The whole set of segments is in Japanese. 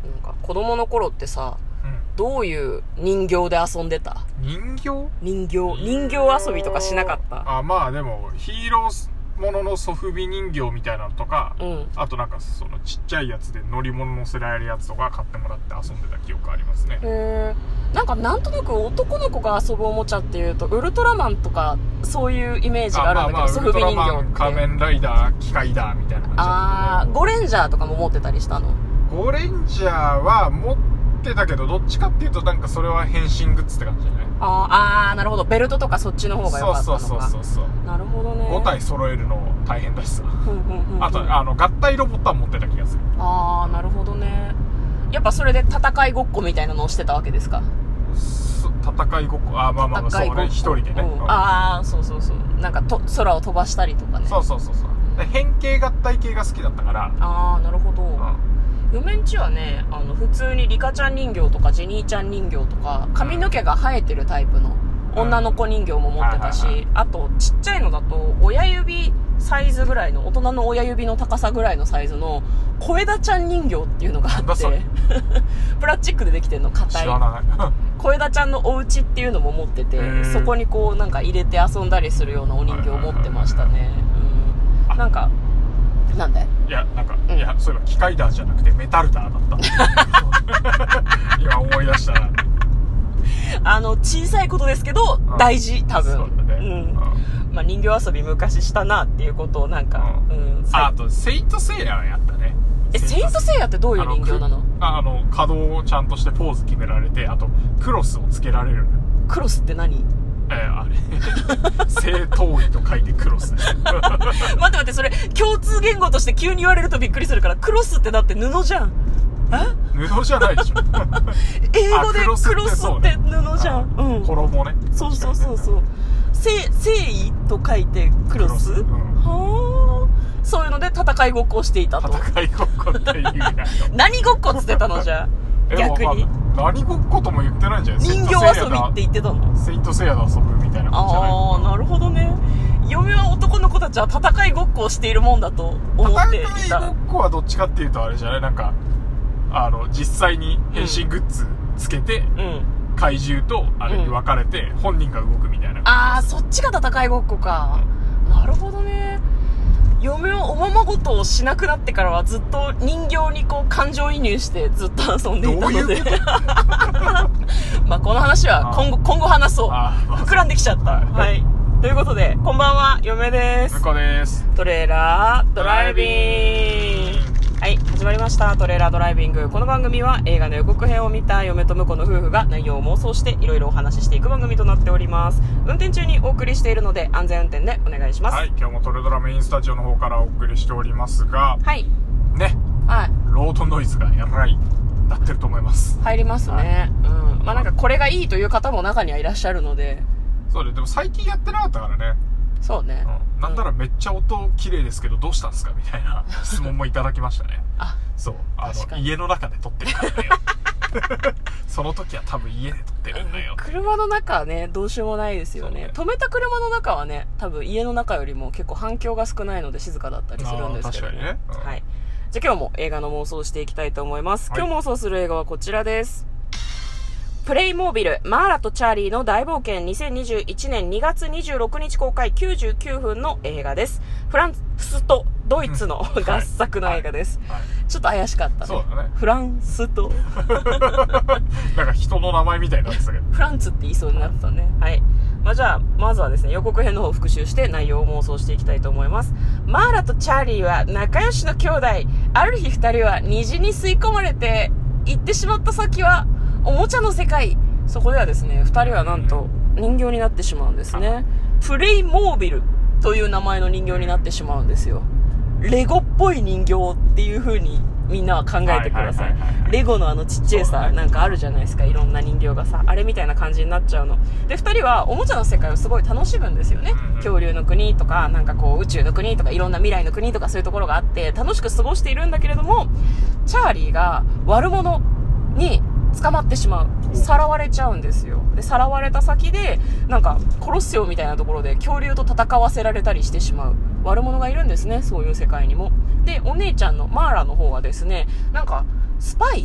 なんか子供の頃ってさ、 うん、 どういう人形で遊んでた？ 人形遊びとかしなかった？ あ、まあでもヒーローもののソフビ人形みたいなのとか、 うん、 あとなんかそのちっちゃいやつで乗り物乗せられるやつとか買ってもらって遊んでた記憶ありますね。 なんとなく男の子が遊ぶおもちゃっていうとウルトラマンとかそういうイメージがあるんだけど、ソフビ人形ってウルトラマン、仮面ライダー、機械だみたいな感じだったね。 ゴレンジャーとかも持ってたりしたの？ ゴレンジャーは持ってたけど、どっちかっていうとなんかそれは変身グッズって感じじゃない？ なるほど。ベルトとかそっちの方が良かったのか。 そうなるほどね。 5体揃えるの大変だしさ。あと合体ロボットは持ってた気がする。 なるほどね。やっぱそれで戦いごっこみたいなのをしてたわけですか？ 戦いごっこ、まあそうね、一人でね、 そうなんか空を飛ばしたりとかね。 そう変形合体系が好きだったから。 なるほど。嫁んちはね、普通にリカちゃん人形とかジェニーちゃん人形とか髪の毛が生えてるタイプの女の子人形も持ってたし、あとちっちゃいのだと親指サイズぐらいの、大人の親指の高さぐらいのサイズの小枝ちゃん人形っていうのがあってプラスチックでできてんの、硬い。知らない小枝ちゃんのお家っていうのも持ってて、そこにこうなんか入れて遊んだりするようなお人形を持ってましたね。なんかなんで？ いや、なんか、いや、そういえば機械ダーじゃなくてメタルダーだった今思い出したら小さいことですけど、大事、多分。 そうだね。 まあ人形遊び昔したなっていうことをなんか、 あとセイントセイヤはやったね。 セイントセイヤってどういう人形なの？ 可動をちゃんとしてポーズ決められて、あとクロスをつけられる。 クロスって何？ あれ正当位と書いてクロス待って、それ共通言語として急に言われるとびっくりするから、クロスってだって布じゃん。 布じゃないでしょ英語でクロスって布じゃん。 衣ね。 そう誠意と書いてクロス。そういうので戦いごっこをしていたと。 戦いごっこっていう何ごっこっつってたの？じゃあ逆に何ごっことも言ってないんじゃない？ 人形遊びって言ってたの？ セイントセイヤで遊ぶみたいな感じじゃない？ なるほどね。嫁は男の子たちは戦いごっこをしているもんだと思っていた。 戦いごっこはどっちかっていうとあれじゃない？なんか実際に変身グッズつけて、怪獣とあれに分かれて本人が動くみたいな。 そっちが戦いごっこか。なるほどね。嫁はおままごとをしなくなってからはずっと人形にこう感情移入してずっと遊んでいたので。どういうことまあこの話は今後話そう。膨らんできちゃった。はい。ということで、こんばんは、嫁です。 向こうです。 トレーラードライビング。はい、始まりました。トレーラードライビング。この番組は映画の予告編を見た嫁と婿の夫婦が内容を妄想していろいろお話ししていく番組となっております。運転中にお送りしているので安全運転でお願いします。 はい、今日もトレドラメインスタジオの方からお送りしておりますが、 はい。 ね。はい。ロードノイズがやらいなってると思います。 入りますね。まあなんかこれがいいという方も中にはいらっしゃるので。 そうでも最近やってなかったからね。 そうね。 なんならめっちゃ音綺麗ですけどどうしたんですかみたいな質問もいただきましたね。そう。家の中で撮ってるからね。その時は多分家で撮ってるんだよ。 車の中はね、どうしようもないですよね。止めた車の中はね、多分家の中よりも結構反響が少ないので静かだったりするんですけどね。 確かにね。 はい。じゃあ今日も映画の妄想をしていきたいと思います。今日妄想する映画はこちらです。プレイモービル、マーラとチャーリーの大冒険2021年2月26日公開99分の映画です。フランスとドイツの合作の映画です。ちょっと怪しかったね。 そうだね。 フランスと。 なんか人の名前みたいになってたけど。 フランツって言いそうになってたね。はい。じゃあ、まずはですね、予告編の方を復習して内容を妄想していきたいと思います。マーラとチャーリーは仲良しの兄弟。ある日二人は虹に吸い込まれて、行ってしまった先は、おもちゃの世界。そこではですね、二人はなんと人形になってしまうんですね。プレイモービルという名前の人形になってしまうんですよ。レゴっぽい人形っていう風にみんなは考えてください。レゴのちっちゃいさ、なんかあるじゃないですか。いろんな人形がさ、あれみたいな感じになっちゃうの。で、二人はおもちゃの世界をすごい楽しむんですよね。恐竜の国とか、なんかこう宇宙の国とか、いろんな未来の国とかそういうところがあって、楽しく過ごしているんだけれども、チャーリーが悪者に捕まってしまう。さらわれちゃうんですよ。で、さらわれた先で、なんか、殺すよみたいなところで恐竜と戦わせられたりしてしまう悪者がいるんですね。そういう世界にも。で、お姉ちゃんのマーラの方はですね、なんか、スパイ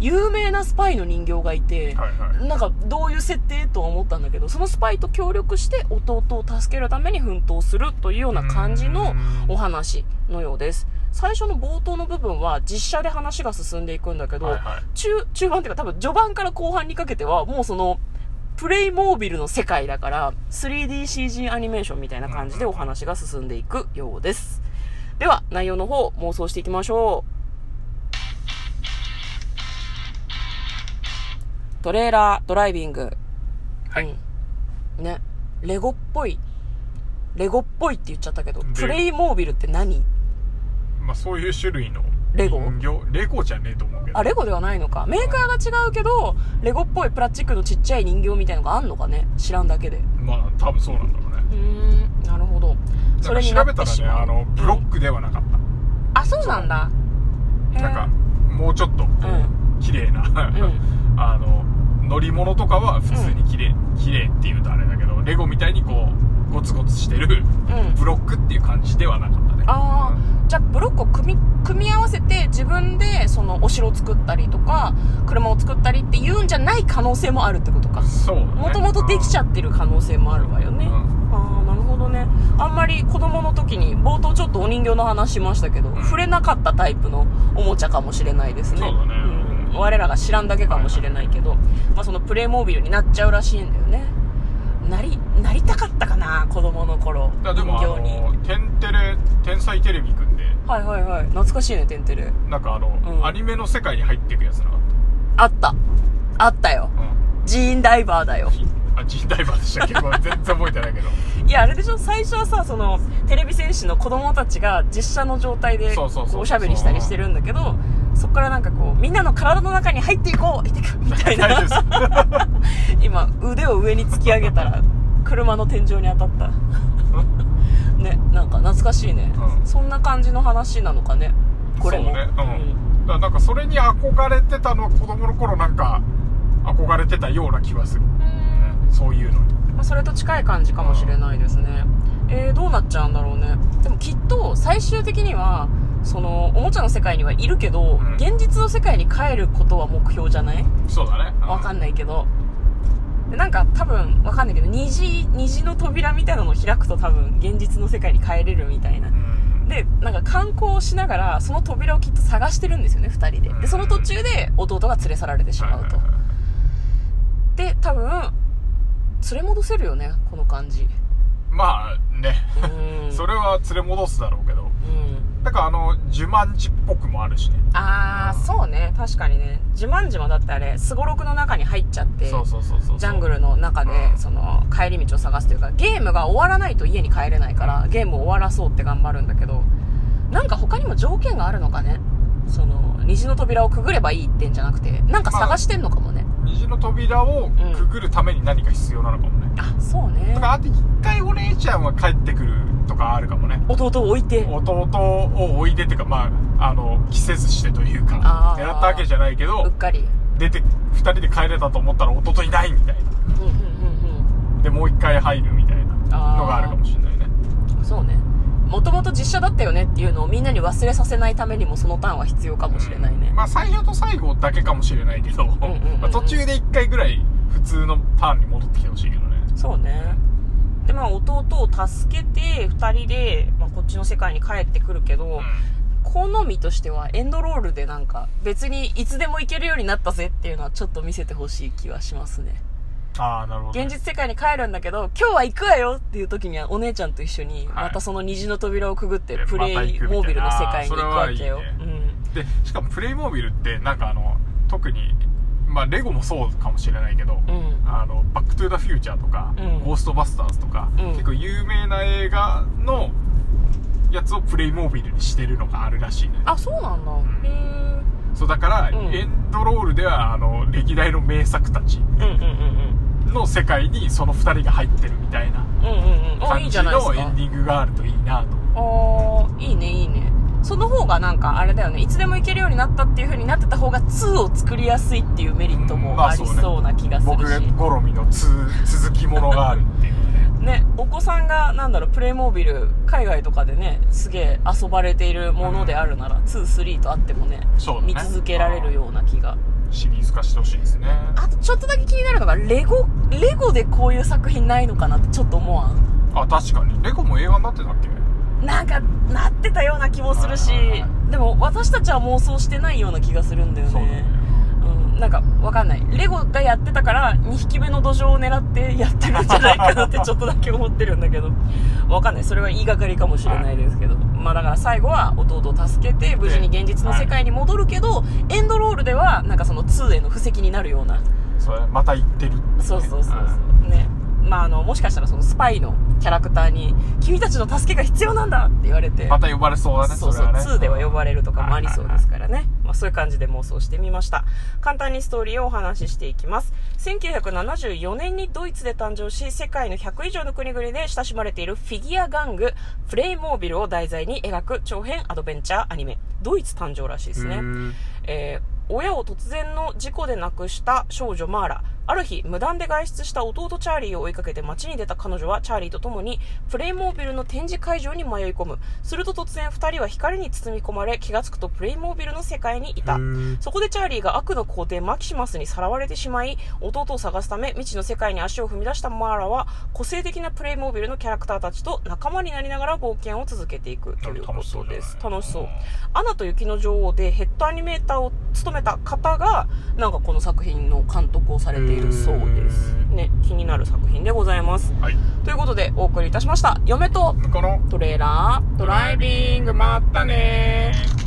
有名なスパイの人形がいて、 はいはい、 なんかどういう設定とは思ったんだけど、そのスパイと協力して弟を助けるために奮闘するというような感じのお話のようです。最初の冒頭の部分は実写で話が進んでいくんだけど、 はいはい、 中盤っていうか多分序盤から後半にかけてはもうそのプレイモービルの世界だから 3DCG アニメーションみたいな感じでお話が進んでいくようです。では内容の方妄想していきましょう。トレーラードライビング、 はい、 ね、レゴっぽいって言っちゃったけど、プレイモービルって何？ まあそういう種類のレゴじゃねえと思うけど。 あ、レゴではないのか。メーカーが違うけどレゴっぽいプラスチックのちっちゃい人形みたいのがあんのかね、知らんだけで。 まあ多分そうなんだろうね。 なるほど。それになってしまう。 調べたらね、ブロックではなかった、 あ、そうなんだ。 なんかもうちょっと綺麗な、乗り物とかは普通に綺麗っていうとあれだけど、レゴみたいにこうゴツゴツしてるブロックっていう感じではなかったね。 じゃあブロックを組み合わせて自分でそのお城を作ったりとか車を作ったりっていうんじゃない可能性もあるってことか。 そうだね。 もともとできちゃってる可能性もあるわよね。なるほどね。あんまり子供の時に冒頭ちょっとお人形の話しましたけど、触れなかったタイプのおもちゃかもしれないですね。 そうだね。 我らが知らんだけかもしれないけど、まあ、そのプレイモービルになっちゃうらしいんだよね。なりたかったかな、子供の頃。 人形に。天才テレビくんで。 はいはいはい。懐かしいね、テンテレ。 なんかアニメの世界に入っていくやつなかった？ あったよ。ジーンダイバーだよ。 ジーンダイバーでしたっけ？全然覚えてないけど。 いや、あれでしょ、最初はさ、そのテレビ戦士の子供たちが実写の状態でおしゃべりしたりしてるんだけど、そこからなんかこうみんなの体の中に入っていこうみたいな今腕を上に突き上げたら車の天井に当たったね、なんか懐かしいね、そんな感じの話なのかね、これも。そうね、 だなんかそれに憧れてたのは子供の頃なんか憧れてたような気がする。そういうのに、 それと近い感じかもしれないですね。どうなっちゃうんだろうね。でもきっと最終的にはそのおもちゃの世界にはいるけど、現実の世界に帰ることは目標じゃない？ そうだね。 わかんないけど、でなんか多分わかんないけど虹の扉みたいなのを開くと多分現実の世界に帰れるみたいな。でなんか観光をしながらその扉をきっと探してるんですよね、2人で。でその途中で弟が連れ去られてしまうと。で多分連れ戻せるよね、この感じ。 まあねそれは連れ戻すだろうけど、だからジュマンジっぽくもあるしね。 そうね、確かにね。ジュマンジもだってあれスゴロクの中に入っちゃって、ジャングルの中でその帰り道を探すというか、ゲームが終わらないと家に帰れないからゲームを終わらそうって頑張るんだけど、なんか他にも条件があるのかね。その虹の扉をくぐればいいってんじゃなくて、なんか探してんのかもね。 虹の扉をくぐるために何か必要なのかもね。 そうね。 だからあと一回お姉ちゃんは帰ってくるとかあるかもね。 弟を置いてっていうか、まあ着せずしてというか、狙ったわけじゃないけど、 うっかり 2人で帰れたと思ったら弟いないみたいな、でもう一回入るみたいなのがあるかもしれないね。そうね。 もともと実写だったよねっていうのをみんなに忘れさせないためにもそのターンは必要かもしれないね。 まあ最初と最後だけかもしれないけど、途中で1回ぐらい普通のターンに戻ってきてほしいけどね。 そうね。でまあ弟を助けて2人で、こっちの世界に帰ってくるけど、好みとしてはエンドロールでなんか別にいつでも行けるようになったぜっていうのはちょっと見せてほしい気はしますね。 なるほど。 現実世界に帰るんだけど、今日は行くわよっていう時にはお姉ちゃんと一緒にまたその虹の扉をくぐってプレイモービルの世界に行くわけよ。 でしかもプレイモービルってなんか特にレゴもそうかもしれないけど、バックトゥーザフューチャーとか、ゴーストバスターズとか、結構有名な映画のやつをプレイモービルにしてるのがあるらしいね。 そうなんだ。 そうだから、エンドロールでは歴代の名作たちの世界にその2人が入ってるみたいな感じのエンディングがあるといいなと。 いいねいいね。その方がなんかあれだよね、いつでも行けるようになったっていう風になってた方が2を作りやすいっていうメリットもありそうな気がするし、 僕好みの続きものがあるっていうね。お子さんがプレイモービル海外とかでねすげえ遊ばれているものであるなら、2、3とあってもね見続けられるような気がシリーズ化してほしいですね。 あとちょっとだけ気になるのがレゴでこういう作品ないのかなってちょっと思わん？ あ、確かにレゴも映画になってたっけ？ なんかなってたような気もするし、でも私たちは妄想してないような気がするんだよね。 そうだね。 なんかわかんない。レゴがやってたから2匹目の土壌を狙ってやってるんじゃないかなってちょっとだけ思ってるんだけど、わかんない。それは言いがかりかもしれないですけど、まあだから最後は弟を助けて無事に現実の世界に戻るけど、エンドロールではなんかその2への布石になるような。 それまた言ってるって、ね。 そうね。まあもしかしたらそのスパイのキャラクターに君たちの助けが必要なんだって言われて、 また呼ばれそうだね。 そう、 それはね、 2では呼ばれるとかもありそうですからね。まあそういう感じで妄想してみました。簡単にストーリーをお話ししていきます。1974年にドイツで誕生し、世界の100以上の国々で親しまれているフィギュア玩具プレイモービルを題材に描く長編アドベンチャーアニメ。ドイツ誕生らしいですね。親を突然の事故で亡くした少女マーラ。ある日無断で外出した弟チャーリーを追いかけて街に出た彼女はチャーリーと共にプレイモービルの展示会場に迷い込む。すると突然2人は光に包み込まれ、気がつくとプレイモービルの世界にいた。そこでチャーリーが悪の皇帝マキシマスにさらわれてしまい、弟を探すため未知の世界に足を踏み出したマーラは個性的なプレイモービルのキャラクターたちと仲間になりながら冒険を続けていくということです。楽しそう。アナと雪の女王でヘッドアニメーターを務めた方がなんかこの作品の監督をされているそうですね。気になる作品でございます、はい、ということでお送りいたしました。嫁と向こうのトレーラードライビング。まったねー。